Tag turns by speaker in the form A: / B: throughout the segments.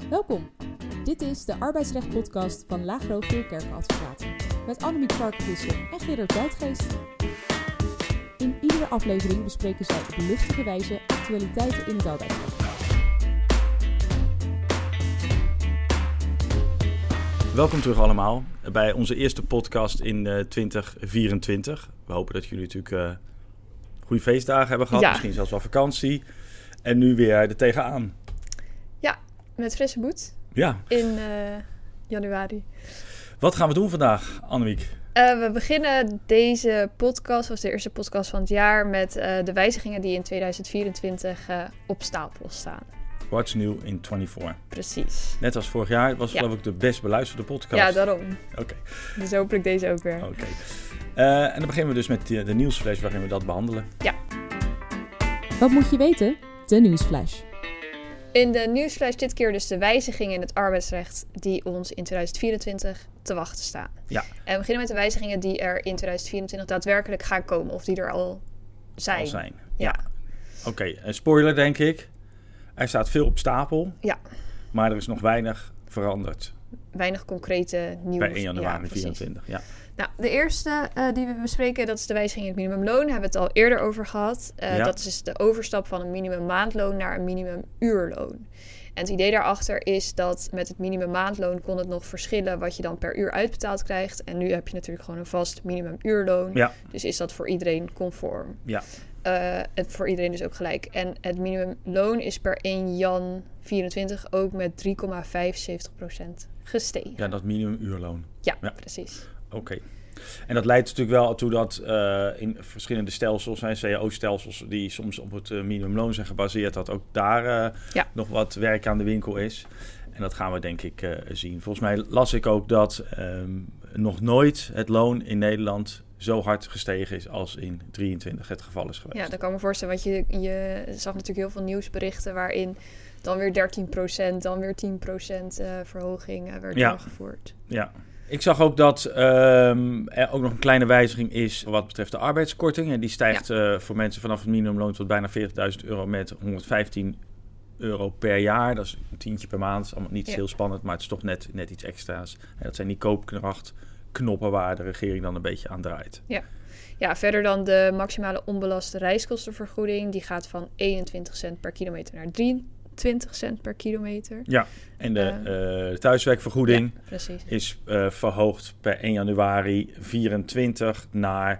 A: Welkom. Dit is de arbeidsrecht-podcast van Lagro Veerkerken-advocaten met Annemiek Varkevissel en Gerard Duitgeest. In iedere aflevering bespreken zij op luchtige wijze actualiteiten in het arbeidsrecht.
B: Welkom terug allemaal bij onze eerste podcast in 2024. We hopen dat jullie natuurlijk goede feestdagen hebben gehad, misschien zelfs wel vakantie. En nu weer er tegenaan.
C: Ja, met frisse moed.
B: Ja.
C: In januari.
B: Wat gaan we doen vandaag, Annemiek?
C: We beginnen deze podcast, als de eerste podcast van het jaar, met de wijzigingen die in 2024 op stapel staan.
B: What's new in 24?
C: Precies.
B: Net als vorig jaar, het was geloof ik de best beluisterde podcast.
C: Ja, daarom.
B: Oké.
C: Dus hopelijk deze ook weer.
B: Oké. En dan beginnen we dus met de nieuwsflash waarin we dat behandelen.
C: Ja.
A: Wat moet je weten? De nieuwsflash.
C: In de nieuwsflash dit keer dus de wijzigingen in het arbeidsrecht die ons in 2024 te wachten staan.
B: Ja.
C: En we beginnen met de wijzigingen die er in 2024 daadwerkelijk gaan komen of die er al zijn.
B: Ja. Oké, spoiler denk ik. Er staat veel op stapel.
C: Ja.
B: Maar er is nog weinig veranderd.
C: Weinig concrete nieuws.
B: Bij 1 januari 2024, ja.
C: Nou, de eerste die we bespreken, dat is de wijziging in het minimumloon. Daar hebben we het al eerder over gehad. Dat is dus de overstap van een minimum maandloon naar een minimum uurloon. En het idee daarachter is dat met het minimum maandloon kon het nog verschillen wat je dan per uur uitbetaald krijgt. En nu heb je natuurlijk gewoon een vast minimum uurloon. Ja. Dus is dat voor iedereen conform.
B: Ja.
C: Voor iedereen dus ook gelijk. En het minimumloon is per 1 jan 24 ook met 3,75% gestegen.
B: Ja, dat minimumuurloon.
C: Ja, precies.
B: Oké. En dat leidt natuurlijk wel toe dat in verschillende stelsels, cao-stelsels die soms op het minimumloon zijn gebaseerd, dat ook daar nog wat werk aan de winkel is. En dat gaan we denk ik zien. Volgens mij las ik ook dat nog nooit het loon in Nederland zo hard gestegen is als in 23 het geval is geweest.
C: Ja, dat kan ik me voorstellen, want je zag natuurlijk heel veel nieuwsberichten waarin dan weer 13%, dan weer 10% verhoging werd doorgevoerd. Ja.
B: Ik zag ook dat er ook nog een kleine wijziging is wat betreft de arbeidskorting. En die stijgt voor mensen vanaf het minimumloon tot bijna €40.000 met €115 per jaar. Dat is een tientje per maand. Dat is allemaal niet heel spannend, maar het is toch net iets extra's. En dat zijn die koopkrachtknoppen waar de regering dan een beetje aan draait.
C: Ja, verder dan de maximale onbelaste reiskostenvergoeding. Die gaat van 21 cent per kilometer naar 23 cent per kilometer. Ja,
B: en de thuiswerkvergoeding is verhoogd per 1 januari 24 naar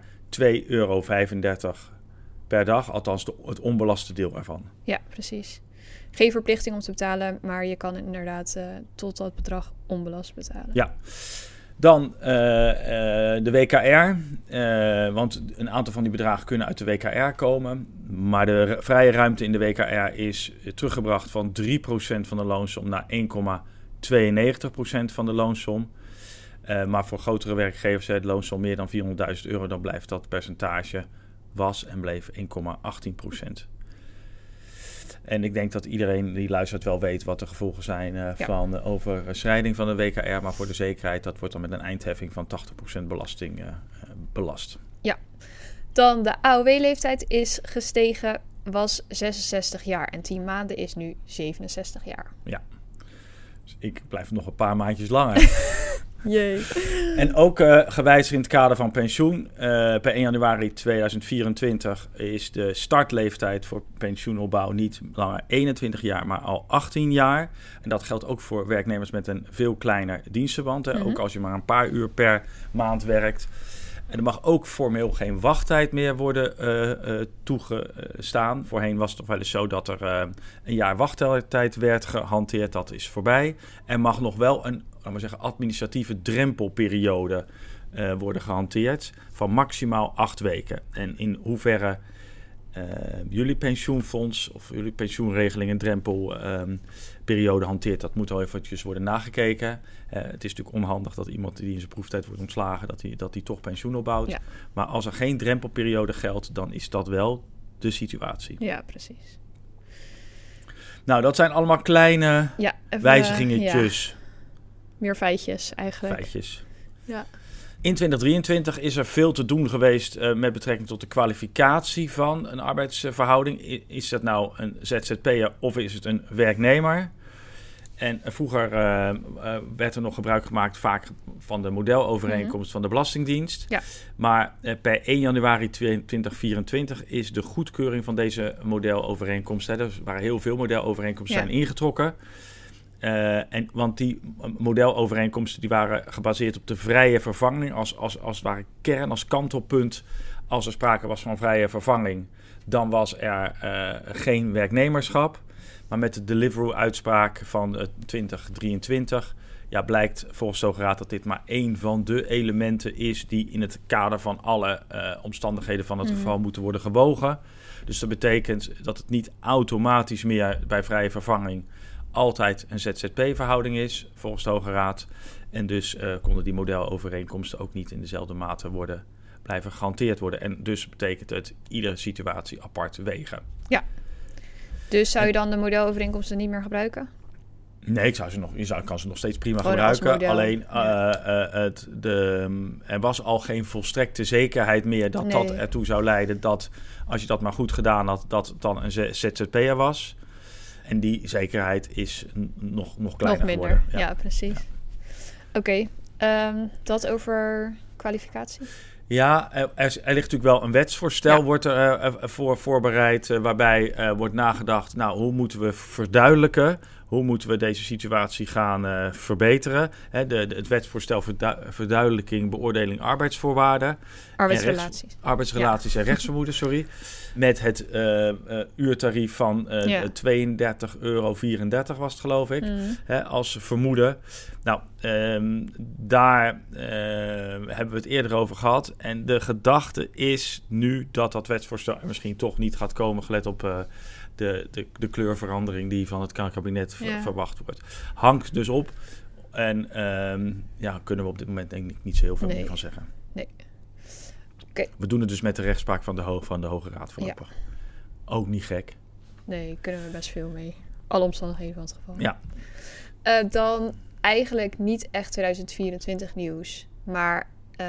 B: €2,35 per dag. Althans, het onbelaste deel ervan.
C: Ja, precies. Geen verplichting om te betalen, maar je kan inderdaad tot dat bedrag onbelast betalen.
B: Ja. Dan de WKR, want een aantal van die bedragen kunnen uit de WKR komen. Maar de vrije ruimte in de WKR is teruggebracht van 3% van de loonsom naar 1,92% van de loonsom. Maar voor grotere werkgevers, de loonsom meer dan €400.000, dan blijft dat percentage was en bleef 1,18%. En ik denk dat iedereen die luistert wel weet wat de gevolgen zijn van overschrijding van de WKR. Maar voor de zekerheid, dat wordt dan met een eindheffing van 80% belasting belast.
C: Ja, dan de AOW-leeftijd is gestegen, was 66 jaar en 10 maanden is nu 67 jaar.
B: Ja, dus ik blijf nog een paar maandjes langer.
C: Jee.
B: En ook gewijzigd in het kader van pensioen. Per 1 januari 2024 is de startleeftijd voor pensioenopbouw niet langer 21 jaar, maar al 18 jaar. En dat geldt ook voor werknemers met een veel kleiner dienstenband. Mm-hmm. Ook als je maar een paar uur per maand werkt. En er mag ook formeel geen wachttijd meer worden toegestaan. Voorheen was het toch wel eens zo dat er een jaar wachttijd werd gehanteerd. Dat is voorbij. Er mag nog wel een administratieve drempelperiode worden gehanteerd van maximaal 8 weken. En in hoeverre jullie pensioenfonds of jullie pensioenregeling een drempelperiode hanteert, dat moet wel eventjes worden nagekeken. Het is natuurlijk onhandig dat iemand die in zijn proeftijd wordt ontslagen, dat die toch pensioen opbouwt. Ja. Maar als er geen drempelperiode geldt, dan is dat wel de situatie.
C: Ja, precies.
B: Nou, dat zijn allemaal kleine wijzigingetjes.
C: Meer feitjes eigenlijk.
B: Feitjes.
C: Ja.
B: In 2023 is er veel te doen geweest met betrekking tot de kwalificatie van een arbeidsverhouding. Is dat nou een ZZP'er of is het een werknemer? En vroeger werd er nog gebruik gemaakt vaak van de modelovereenkomst van de Belastingdienst.
C: Ja.
B: Maar per 1 januari 2024 is de goedkeuring van deze modelovereenkomst... er waren heel veel modelovereenkomsten zijn ingetrokken. Want die modelovereenkomsten die waren gebaseerd op de vrije vervanging... als het ware kern, als kantelpunt. Als er sprake was van vrije vervanging, dan was er geen werknemerschap... Maar met de Deliveroo-uitspraak van 2023 blijkt volgens de Hoge Raad dat dit maar één van de elementen is die in het kader van alle omstandigheden van het geval moeten worden gewogen. Dus dat betekent dat het niet automatisch meer bij vrije vervanging altijd een ZZP-verhouding is volgens de Hoge Raad. En dus konden die modelovereenkomsten ook niet in dezelfde mate blijven gehanteerd worden. En dus betekent het iedere situatie apart wegen. Ja.
C: Dus zou je dan de modelovereenkomsten niet meer gebruiken?
B: Nee, je kan ze nog steeds prima gebruiken. Alleen er was al geen volstrekte zekerheid meer dat ertoe zou leiden dat als je dat maar goed gedaan had, dat het dan een ZZP'er was. En die zekerheid is nog kleiner
C: minder
B: geworden.
C: Ja, precies. Ja. Oké, dat over kwalificatie?
B: Ja, er ligt natuurlijk wel een wetsvoorstel, wordt er voor voorbereid, waarbij wordt nagedacht, hoe moeten we verduidelijken, hoe moeten we deze situatie gaan verbeteren. Het wetsvoorstel verduidelijking, beoordeling, arbeidsvoorwaarden.
C: Arbeidsrelaties.
B: Arbeidsrelaties en rechtsvermoeden, sorry. Met het uurtarief van €32,34 was het, geloof ik, als vermoeden. Nou, daar hebben we het eerder over gehad. En de gedachte is nu dat wetsvoorstel misschien toch niet gaat komen, gelet op de kleurverandering die van het kabinet verwacht wordt. Hangt dus op. En kunnen we op dit moment denk ik niet zo heel veel meer van zeggen.
C: Nee. Okay.
B: We doen het dus met de rechtspraak van de Hoge Raad voorlopig. Ja. Ook niet gek.
C: Nee, kunnen we best veel mee. Alle omstandigheden van het geval.
B: Ja.
C: Dan eigenlijk niet echt 2024 nieuws. Maar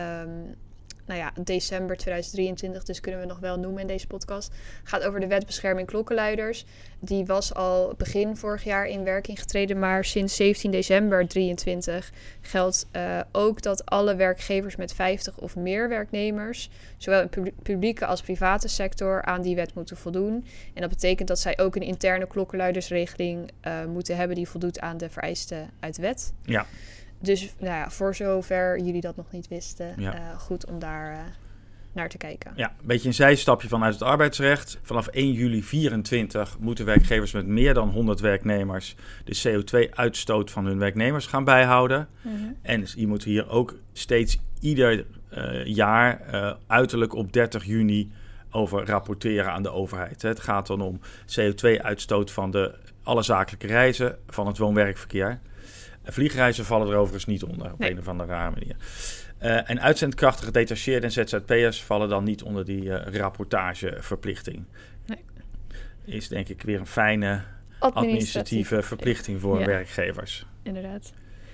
C: december 2023, dus kunnen we nog wel noemen in deze podcast. Gaat over de wet bescherming klokkenluiders. Die was al begin vorig jaar in werking getreden, maar sinds 17 december 2023 geldt ook dat alle werkgevers met 50 of meer werknemers, zowel in publieke als private sector, aan die wet moeten voldoen. En dat betekent dat zij ook een interne klokkenluidersregeling moeten hebben die voldoet aan de vereisten uit wet. Ja. Dus voor zover jullie dat nog niet wisten, goed om daar naar te kijken. Ja,
B: een beetje een zijstapje vanuit het arbeidsrecht. Vanaf 1 juli 2024 moeten werkgevers met meer dan 100 werknemers de CO2-uitstoot van hun werknemers gaan bijhouden. Mm-hmm. En je moet hier ook steeds ieder jaar uiterlijk op 30 juni over rapporteren aan de overheid. Het gaat dan om CO2-uitstoot van alle zakelijke reizen van het woon-werkverkeer. Vliegreizen vallen er overigens niet onder, op een of andere rare manier. En uitzendkrachten, gedetacheerden en ZZP'ers vallen dan niet onder die rapportageverplichting. Nee. Is denk ik weer een fijne administratieve verplichting voor werkgevers.
C: Inderdaad.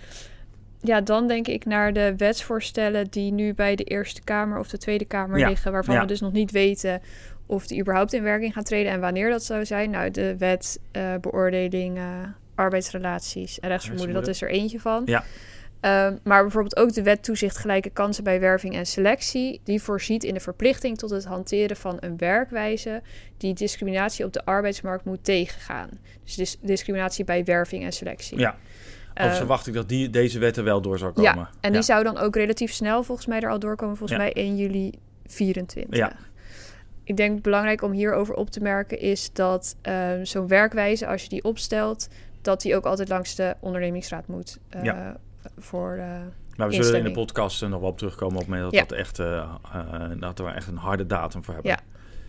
C: Ja, dan denk ik naar de wetsvoorstellen die nu bij de Eerste Kamer of de Tweede Kamer liggen, waarvan we dus nog niet weten of die überhaupt in werking gaan treden en wanneer dat zou zijn. Nou, de wet beoordeling arbeidsrelaties en rechtsvermoeden, dat is er eentje van. Ja. Maar bijvoorbeeld ook de wet toezicht gelijke kansen bij werving en selectie, die voorziet in de verplichting tot het hanteren van een werkwijze die discriminatie op de arbeidsmarkt moet tegengaan. Dus discriminatie bij werving en selectie. Ja.
B: Of verwacht ik dat deze wet er wel door zou komen.
C: Ja, en die zou dan ook relatief snel volgens mij er al doorkomen, volgens mij 1 juli 2024. Ja. Ik denk belangrijk om hierover op te merken is dat zo'n werkwijze, als je die opstelt, dat die ook altijd langs de ondernemingsraad moet voor
B: maar we zullen in de podcast nog wel op terugkomen op het moment dat dat we echt een harde datum voor hebben. Ja.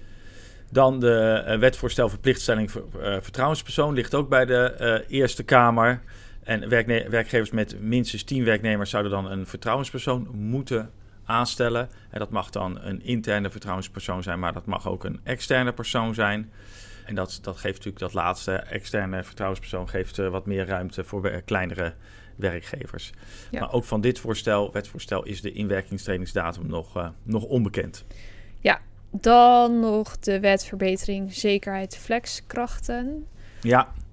B: Dan de wetvoorstel verplichtstelling vertrouwenspersoon ligt ook bij de Eerste Kamer. En werkgevers met minstens 10 werknemers zouden dan een vertrouwenspersoon moeten aanstellen. En dat mag dan een interne vertrouwenspersoon zijn, maar dat mag ook een externe persoon zijn. En dat geeft natuurlijk dat laatste, externe vertrouwenspersoon, geeft wat meer ruimte voor kleinere werkgevers. Ja. Maar ook van dit wetsvoorstel is de inwerkingstredingsdatum nog onbekend.
C: Ja, dan nog de wet verbetering zekerheid flexkrachten.
B: Ja.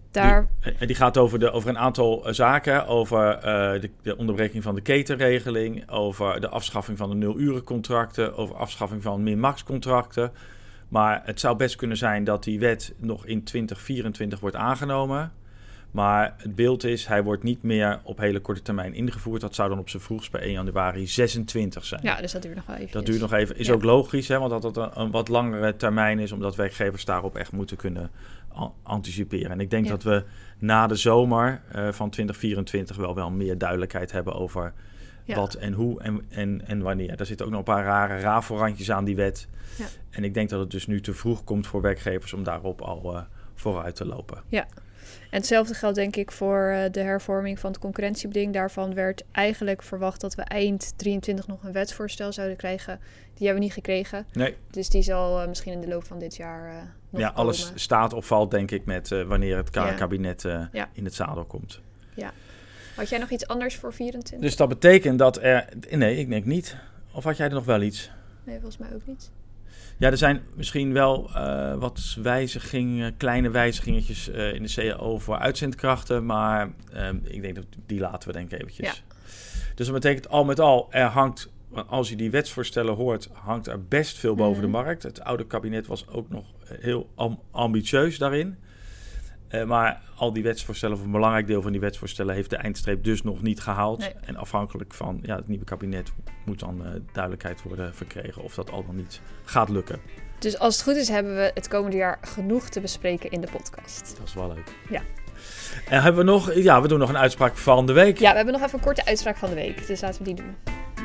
B: Die gaat over een aantal zaken. Over de onderbreking van de ketenregeling. Over de afschaffing van de 0-urencontracten. Over afschaffing van min-max contracten. Maar het zou best kunnen zijn dat die wet nog in 2024 wordt aangenomen. Maar het beeld is, hij wordt niet meer op hele korte termijn ingevoerd. Dat zou dan op z'n vroegst bij 1 januari 26 zijn.
C: Ja, dus dat duurt nog wel even.
B: Dat duurt nog even. Is ook logisch, hè, want dat het een wat langere termijn is, omdat werkgevers daarop echt moeten kunnen anticiperen. En ik denk dat we na de zomer van 2024 wel meer duidelijkheid hebben over wat en hoe en wanneer. Daar zitten ook nog een paar rare rafelrandjes aan die wet. Ja. En ik denk dat het dus nu te vroeg komt voor werkgevers om daarop al vooruit te lopen.
C: Ja. En hetzelfde geldt denk ik voor de hervorming van het concurrentiebeding. Daarvan werd eigenlijk verwacht dat we eind 23 nog een wetsvoorstel zouden krijgen. Die hebben we niet gekregen.
B: Nee.
C: Dus die zal misschien in de loop van dit jaar nog komen.
B: Alles staat of valt denk ik met wanneer het kabinet in het zadel komt.
C: Ja. Had jij nog iets anders voor 24?
B: Dus dat betekent dat er... Nee, ik denk niet. Of had jij er nog wel iets?
C: Nee, volgens mij ook niet.
B: Ja, er zijn misschien wel wat kleine wijzigingetjes in de CAO voor uitzendkrachten. Maar ik denk dat die laten we denk ik eventjes. Ja. Dus dat betekent al met al, als je die wetsvoorstellen hoort, hangt er best veel boven de markt. Het oude kabinet was ook nog heel ambitieus daarin. Maar al die wetsvoorstellen, of een belangrijk deel van die wetsvoorstellen, heeft de eindstreep dus nog niet gehaald. Nee. En afhankelijk van het nieuwe kabinet moet dan duidelijkheid worden verkregen of dat al dan niet gaat lukken.
C: Dus als het goed is, hebben we het komende jaar genoeg te bespreken in de podcast.
B: Dat is wel leuk.
C: Ja.
B: En hebben we nog, we doen nog een uitspraak van de week.
C: Ja, we hebben nog even een korte uitspraak van de week. Dus laten we die doen.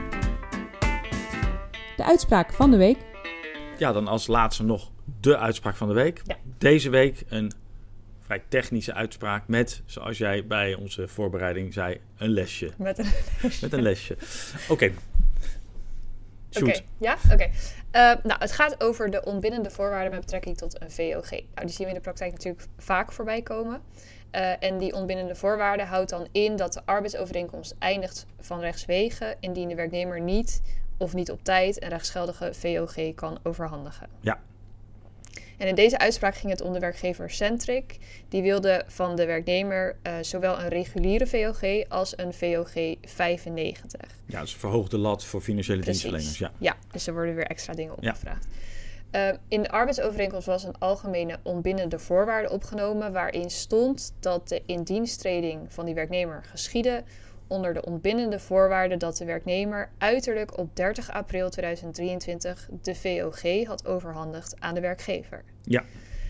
A: De uitspraak van de week.
B: Ja, dan als laatste nog de uitspraak van de week. Ja. Deze week een vrij technische uitspraak met, zoals jij bij onze voorbereiding zei, een lesje.
C: Met een lesje.
B: Oké.
C: Shoot. Oké. Het gaat over de ontbindende voorwaarden met betrekking tot een VOG. Nou, die zien we in de praktijk natuurlijk vaak voorbij komen. En die ontbindende voorwaarden houdt dan in dat de arbeidsovereenkomst eindigt van rechtswege indien de werknemer niet of niet op tijd een rechtsgeldige VOG kan overhandigen. Ja. En in deze uitspraak ging het om de werkgever Centric. Die wilde van de werknemer zowel een reguliere VOG als een VOG 95.
B: Ja, dus verhoogde lat voor financiële dienstverleners.
C: Ja, dus er worden weer extra dingen opgevraagd. In de arbeidsovereenkomst was een algemene ontbindende voorwaarde opgenomen, waarin stond dat de indiensttreding van die werknemer geschiedde onder de ontbindende voorwaarde dat de werknemer uiterlijk op 30 april 2023 de VOG had overhandigd aan de werkgever. Ja.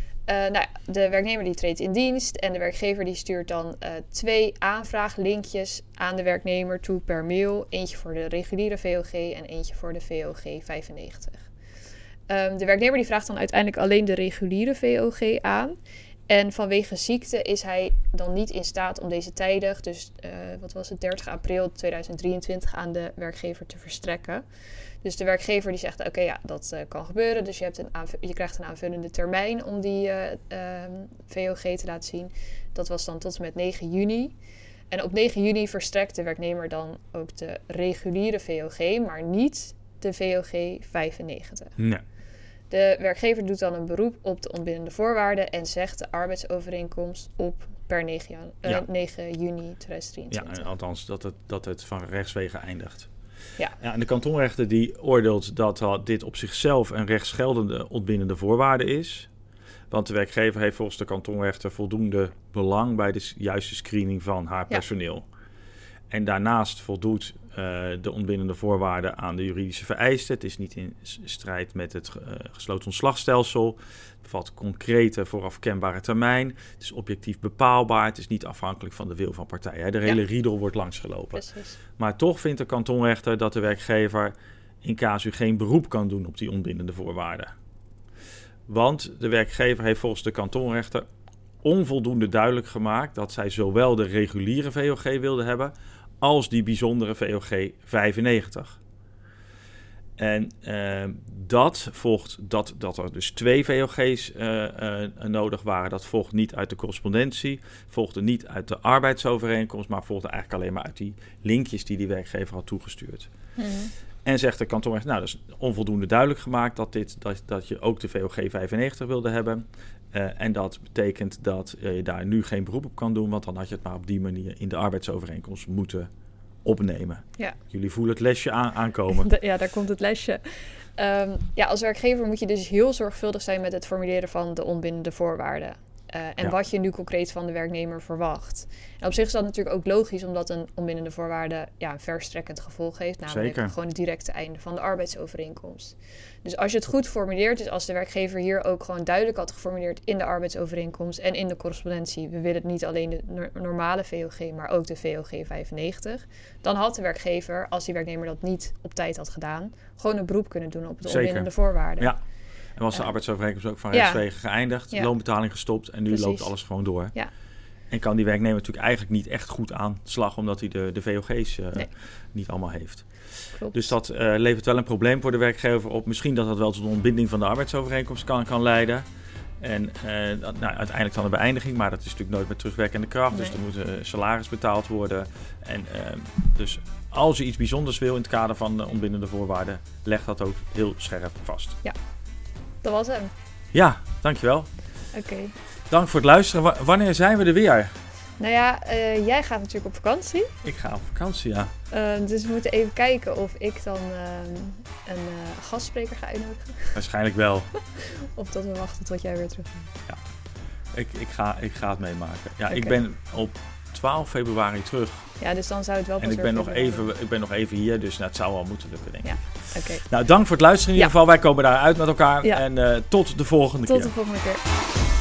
C: De werknemer die treedt in dienst en de werkgever die stuurt dan 2 aanvraaglinkjes aan de werknemer toe per mail. Eentje voor de reguliere VOG en eentje voor de VOG 95. De werknemer die vraagt dan uiteindelijk alleen de reguliere VOG aan. En vanwege ziekte is hij dan niet in staat om deze tijdig, dus 30 april 2023 aan de werkgever te verstrekken. Dus de werkgever die zegt, dat kan gebeuren. Dus je krijgt een aanvullende termijn om die VOG te laten zien. Dat was dan tot en met 9 juni. En op 9 juni verstrekt de werknemer dan ook de reguliere VOG, maar niet de VOG 95. Nee. De werkgever doet dan een beroep op de ontbindende voorwaarden en zegt de arbeidsovereenkomst op per 9 juni 2023.
B: Ja, althans dat het van rechtswege eindigt. Ja, en de kantonrechter die oordeelt dat dit op zichzelf een rechtsgeldende ontbindende voorwaarde is. Want de werkgever heeft volgens de kantonrechter voldoende belang bij de juiste screening van haar personeel. En daarnaast voldoet de ontbindende voorwaarden aan de juridische vereisten. Het is niet in strijd met het gesloten ontslagstelsel. Het bevat concrete vooraf kenbare termijn. Het is objectief bepaalbaar. Het is niet afhankelijk van de wil van partijen. De hele riedel wordt langsgelopen. Precies. Maar toch vindt de kantonrechter dat de werkgever in casu geen beroep kan doen op die ontbindende voorwaarden. Want de werkgever heeft volgens de kantonrechter onvoldoende duidelijk gemaakt dat zij zowel de reguliere VOG wilde hebben als die bijzondere VOG 95. En dat volgt dat er dus 2 VOG's nodig waren. Dat volgt niet uit de correspondentie, volgde niet uit de arbeidsovereenkomst, maar volgde eigenlijk alleen maar uit die linkjes die werkgever had toegestuurd. Mm-hmm. En zegt de kantonrechter, dat is onvoldoende duidelijk gemaakt dat je ook de VOG 95 wilde hebben. En dat betekent dat je daar nu geen beroep op kan doen, want dan had je het maar op die manier in de arbeidsovereenkomst moeten opnemen.
C: Ja.
B: Jullie voelen het lesje aankomen.
C: Ja, daar komt het lesje. Als werkgever moet je dus heel zorgvuldig zijn met het formuleren van de onbindende voorwaarden. Wat je nu concreet van de werknemer verwacht. En op zich is dat natuurlijk ook logisch, omdat een onbindende voorwaarde een verstrekkend gevolg heeft. Namelijk gewoon het directe einde van de arbeidsovereenkomst. Dus als je het goed formuleert, dus als de werkgever hier ook gewoon duidelijk had geformuleerd in de arbeidsovereenkomst en in de correspondentie, we willen niet alleen de normale VOG, maar ook de VOG 95, dan had de werkgever, als die werknemer dat niet op tijd had gedaan, gewoon een beroep kunnen doen op de onbindende voorwaarden.
B: Ja. En was de arbeidsovereenkomst ook van rechtswege geëindigd, loonbetaling gestopt en nu loopt alles gewoon door.
C: Ja.
B: En kan die werknemer natuurlijk eigenlijk niet echt goed aan de slag, omdat hij de VOG's niet allemaal heeft.
C: Klopt.
B: Dus dat levert wel een probleem voor de werkgever op. Misschien dat wel tot een ontbinding van de arbeidsovereenkomst kan leiden. En uiteindelijk dan een beëindiging, maar dat is natuurlijk nooit met terugwerkende kracht. Nee. Dus er moet salaris betaald worden. En dus als je iets bijzonders wil in het kader van de ontbindende voorwaarden, leg dat ook heel scherp vast.
C: Ja, dat was hem.
B: Ja, dankjewel.
C: Oké.
B: Dank voor het luisteren. Wanneer zijn we er weer?
C: Nou ja, jij gaat natuurlijk op vakantie.
B: Ik ga op vakantie, ja.
C: Dus we moeten even kijken of ik dan een gastspreker ga uitnodigen.
B: Waarschijnlijk wel.
C: Of dat we wachten tot jij weer terug bent.
B: Ja, ik ga het meemaken. Ja, okay. Ik ben op 12 februari terug.
C: Ja, dus dan zou het wel pas.
B: En ik ben nog even hier, dus het zou wel moeten lukken, denk ik.
C: Ja, oké.
B: Nou, dank voor het luisteren in ieder geval. Wij komen daaruit met elkaar.
C: Ja.
B: En tot de volgende keer.
C: Tot de volgende keer.